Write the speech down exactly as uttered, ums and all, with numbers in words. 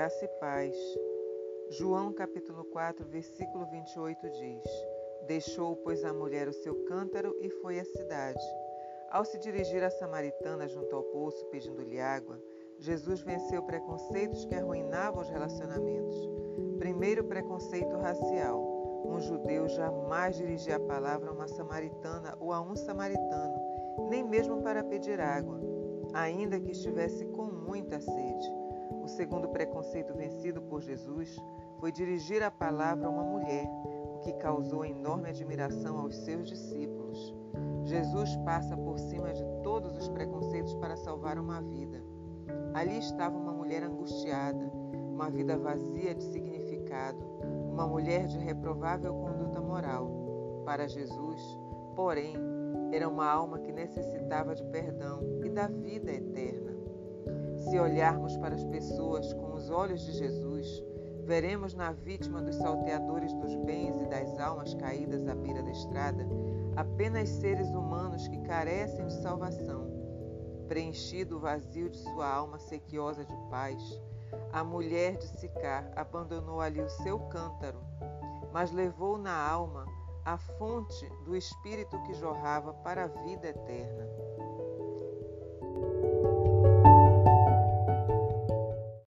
Graça e paz. João capítulo quatro, versículo vinte e oito diz: Deixou, pois, a mulher o seu cântaro e foi à cidade. Ao se dirigir à samaritana junto ao poço pedindo-lhe água, Jesus venceu preconceitos que arruinavam os relacionamentos. Primeiro, preconceito racial. Um judeu jamais dirigia a palavra a uma samaritana ou a um samaritano, nem mesmo para pedir água, ainda que estivesse com muita sede. O segundo preconceito vencido por Jesus foi dirigir a palavra a uma mulher, o que causou enorme admiração aos seus discípulos. Jesus passa por cima de todos os preconceitos para salvar uma vida. Ali estava uma mulher angustiada, uma vida vazia de significado, uma mulher de reprovável conduta moral. Para Jesus, porém, era uma alma que necessitava de perdão e da vida eterna. Se olharmos para as pessoas com os olhos de Jesus, veremos na vítima dos salteadores dos bens e das almas caídas à beira da estrada apenas seres humanos que carecem de salvação. Preenchido o vazio de sua alma sequiosa de paz, a mulher de Sicar abandonou ali o seu cântaro, mas levou na alma a fonte do Espírito que jorrava para a vida eterna.